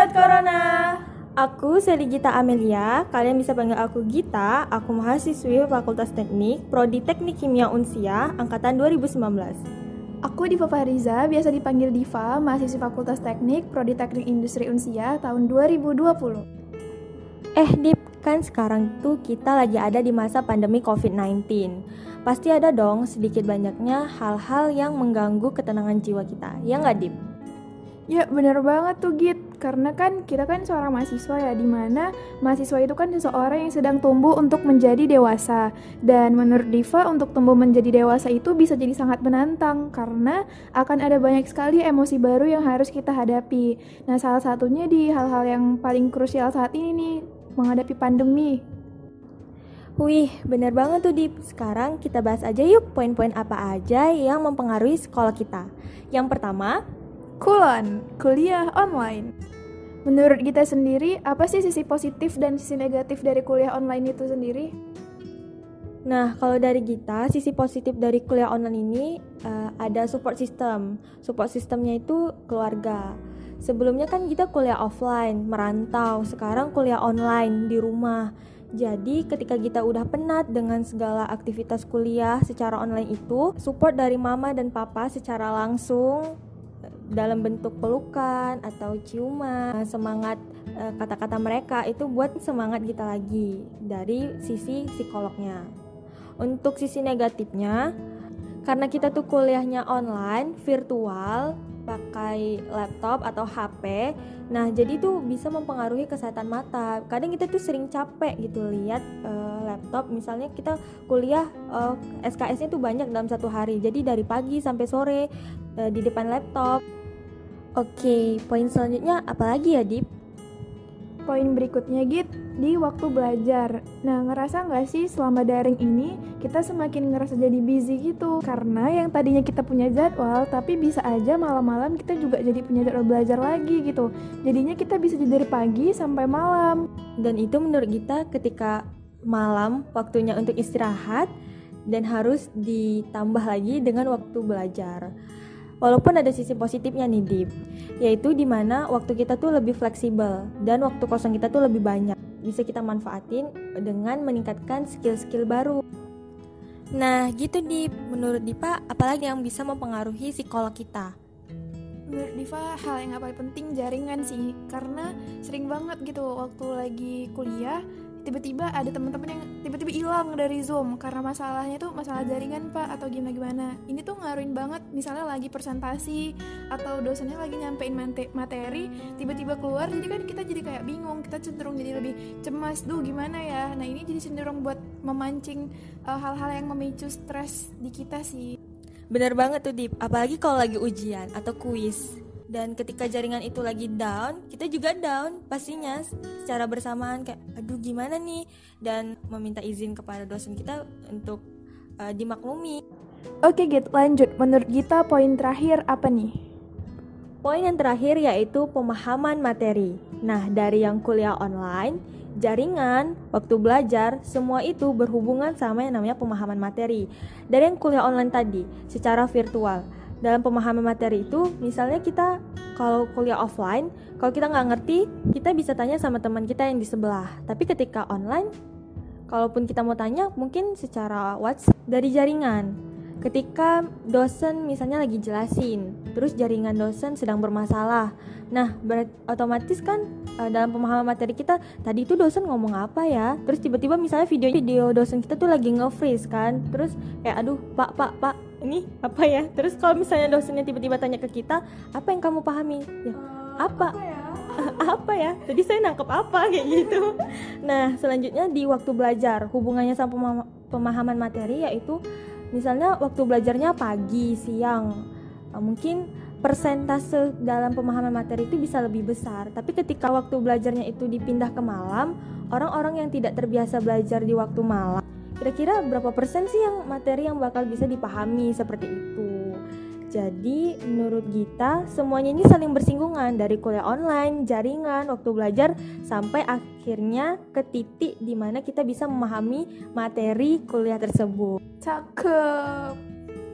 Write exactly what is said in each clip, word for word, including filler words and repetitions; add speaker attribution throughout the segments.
Speaker 1: Sobat Corona.
Speaker 2: Aku Seli Gita Amelia, kalian bisa panggil aku Gita. Aku mahasiswi Fakultas Teknik, Prodi Teknik Kimia Unsia, angkatan dua ribu sembilan belas.
Speaker 1: Aku Diva Fahriza, biasa dipanggil Diva, mahasiswi Fakultas Teknik, Prodi Teknik Industri Unsia tahun dua ribu dua puluh.
Speaker 2: Eh Dip, kan sekarang tuh kita lagi ada di masa pandemi covid sembilan belas. Pasti ada dong sedikit banyaknya hal-hal yang mengganggu ketenangan jiwa kita, ya nggak Dip?
Speaker 1: Ya bener banget tuh Git, karena kan kita kan seorang mahasiswa ya, dimana mahasiswa itu kan seseorang yang sedang tumbuh untuk menjadi dewasa. Dan menurut Diva, untuk tumbuh menjadi dewasa itu bisa jadi sangat menantang, karena akan ada banyak sekali emosi baru yang harus kita hadapi. Nah salah satunya di hal-hal yang paling krusial saat ini nih, menghadapi pandemi.
Speaker 2: Wih, bener banget tuh Dip. Sekarang kita bahas aja yuk poin-poin apa aja yang mempengaruhi sekolah kita. Yang pertama,
Speaker 1: Kulon, kuliah online. Menurut kita sendiri, apa sih sisi positif dan sisi negatif dari kuliah online itu sendiri?
Speaker 2: Nah, kalau dari kita, sisi positif dari kuliah online ini uh, ada support system. Support systemnya itu keluarga. Sebelumnya kan kita kuliah offline, merantau. Sekarang kuliah online di rumah. Jadi ketika kita udah penat dengan segala aktivitas kuliah secara online itu, support dari mama dan papa secara langsung dalam bentuk pelukan atau ciuman, semangat e, kata-kata mereka itu buat semangat kita lagi dari sisi psikolognya. Untuk sisi negatifnya, karena kita tuh kuliahnya online, virtual, pakai laptop atau H P, nah jadi tuh bisa mempengaruhi kesehatan mata. Kadang kita tuh sering capek gitu lihat e, laptop, misalnya kita kuliah e, S K S-nya tuh banyak dalam satu hari, jadi dari pagi sampai sore e, di depan laptop. Oke, poin selanjutnya apa lagi ya, Dip?
Speaker 1: Poin berikutnya, Git, di waktu belajar. Nah, ngerasa nggak sih selama daring ini kita semakin ngerasa jadi busy gitu? Karena yang tadinya kita punya jadwal, tapi bisa aja malam-malam kita juga jadi punya jadwal belajar lagi gitu. Jadinya kita bisa jadi dari pagi sampai malam.
Speaker 2: Dan itu menurut kita ketika malam waktunya untuk istirahat dan harus ditambah lagi dengan waktu belajar. Walaupun ada sisi positifnya nih Dip, yaitu dimana waktu kita tuh lebih fleksibel dan waktu kosong kita tuh lebih banyak, bisa kita manfaatin dengan meningkatkan skill-skill baru. Nah gitu Dip, menurut Dipa apalagi yang bisa mempengaruhi psikolog kita?
Speaker 1: Menurut Diva, hal yang paling penting jaringan sih, karena sering banget gitu waktu lagi kuliah tiba-tiba ada teman-teman yang tiba-tiba hilang dari Zoom karena masalahnya tuh masalah jaringan Pak atau gimana-gimana. Ini tuh ngaruhin banget, misalnya lagi presentasi atau dosennya lagi nyampein materi tiba-tiba keluar, jadi kan kita jadi kayak bingung, kita cenderung jadi lebih cemas, duh gimana ya. Nah ini jadi cenderung buat memancing uh, hal-hal yang memicu stres di kita sih.
Speaker 2: Bener banget tuh Dip, apalagi kalau lagi ujian atau kuis. Dan ketika jaringan itu lagi down, kita juga down pastinya secara bersamaan, kayak aduh gimana nih, dan meminta izin kepada dosen kita untuk uh, dimaklumi.
Speaker 1: Oke Git, lanjut. Menurut kita poin terakhir apa nih?
Speaker 2: Poin yang terakhir yaitu pemahaman materi. Nah, dari yang kuliah online, jaringan, waktu belajar, semua itu berhubungan sama yang namanya pemahaman materi. Dari yang kuliah online tadi, secara virtual, dalam pemahaman materi itu, misalnya kita kalau kuliah offline, kalau kita nggak ngerti, kita bisa tanya sama teman kita yang di sebelah. Tapi ketika online, kalaupun kita mau tanya, mungkin secara WhatsApp dari jaringan. Ketika dosen misalnya lagi jelasin, terus jaringan dosen sedang bermasalah, nah ber- otomatis kan uh, dalam pemahaman materi kita, tadi itu dosen ngomong apa ya, terus tiba-tiba misalnya video video dosen kita tuh lagi nge-freeze kan, terus kayak aduh pak pak pak ini apa ya, terus kalau misalnya dosennya tiba-tiba tanya ke kita, apa yang kamu pahami ya, uh, apa apa ya? apa ya jadi saya nangkep apa kayak gitu. Nah selanjutnya di waktu belajar, hubungannya sama pemah- pemahaman materi yaitu misalnya waktu belajarnya pagi, siang, mungkin persentase dalam pemahaman materi itu bisa lebih besar. Tapi ketika waktu belajarnya itu dipindah ke malam, orang-orang yang tidak terbiasa belajar di waktu malam, kira-kira berapa persen sih yang materi yang bakal bisa dipahami seperti itu. Jadi menurut kita semuanya ini saling bersinggungan, dari kuliah online, jaringan, waktu belajar, sampai akhirnya ke titik di mana kita bisa memahami materi kuliah tersebut.
Speaker 1: Cakep.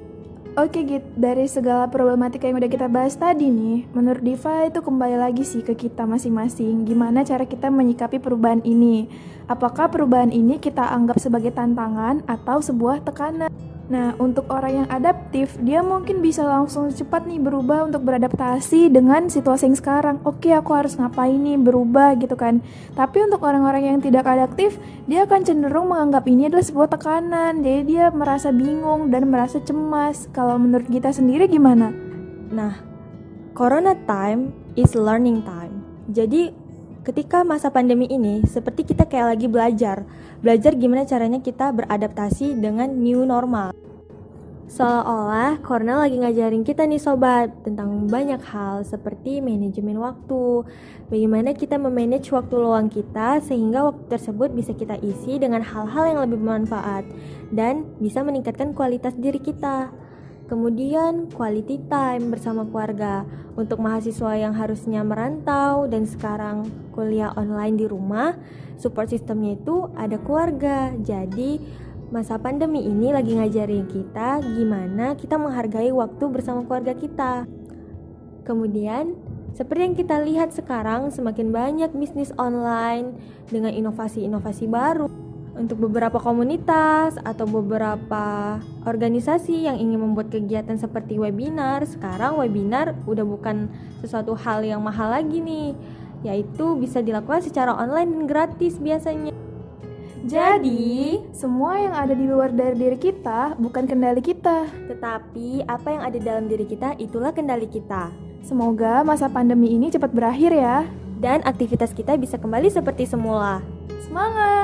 Speaker 1: Oke Git, dari segala problematika yang udah kita bahas tadi nih, menurut Diva itu kembali lagi sih ke kita masing-masing. Gimana cara kita menyikapi perubahan ini? Apakah perubahan ini kita anggap sebagai tantangan atau sebuah tekanan? Nah, untuk orang yang adaptif, dia mungkin bisa langsung cepat nih berubah untuk beradaptasi dengan situasi yang sekarang. Oke, aku harus ngapain nih, berubah gitu kan. Tapi untuk orang-orang yang tidak adaptif, dia akan cenderung menganggap ini adalah sebuah tekanan. Jadi dia merasa bingung dan merasa cemas. Kalau menurut kita sendiri gimana?
Speaker 2: Nah, Corona time is learning time. Jadi ketika masa pandemi ini seperti kita kayak lagi belajar. Belajar gimana caranya kita beradaptasi dengan new normal. Seolah-olah Corona lagi ngajarin kita nih sobat tentang banyak hal seperti manajemen waktu. Bagaimana kita memanage waktu luang kita sehingga waktu tersebut bisa kita isi dengan hal-hal yang lebih bermanfaat dan bisa meningkatkan kualitas diri kita. Kemudian quality time bersama keluarga. Untuk mahasiswa yang harusnya merantau dan sekarang kuliah online di rumah, support sistemnya itu ada keluarga. Jadi masa pandemi ini lagi ngajarin kita gimana kita menghargai waktu bersama keluarga kita. Kemudian seperti yang kita lihat sekarang, semakin banyak bisnis online dengan inovasi-inovasi baru. Untuk beberapa komunitas atau beberapa organisasi yang ingin membuat kegiatan seperti webinar, sekarang webinar udah bukan sesuatu hal yang mahal lagi nih, yaitu bisa dilakukan secara online dan gratis biasanya.
Speaker 1: Jadi, semua yang ada di luar dari diri kita bukan kendali kita.
Speaker 2: Tetapi apa yang ada dalam diri kita itulah kendali kita.
Speaker 1: Semoga masa pandemi ini cepat berakhir ya.
Speaker 2: Dan aktivitas kita bisa kembali seperti semula.
Speaker 1: Semangat!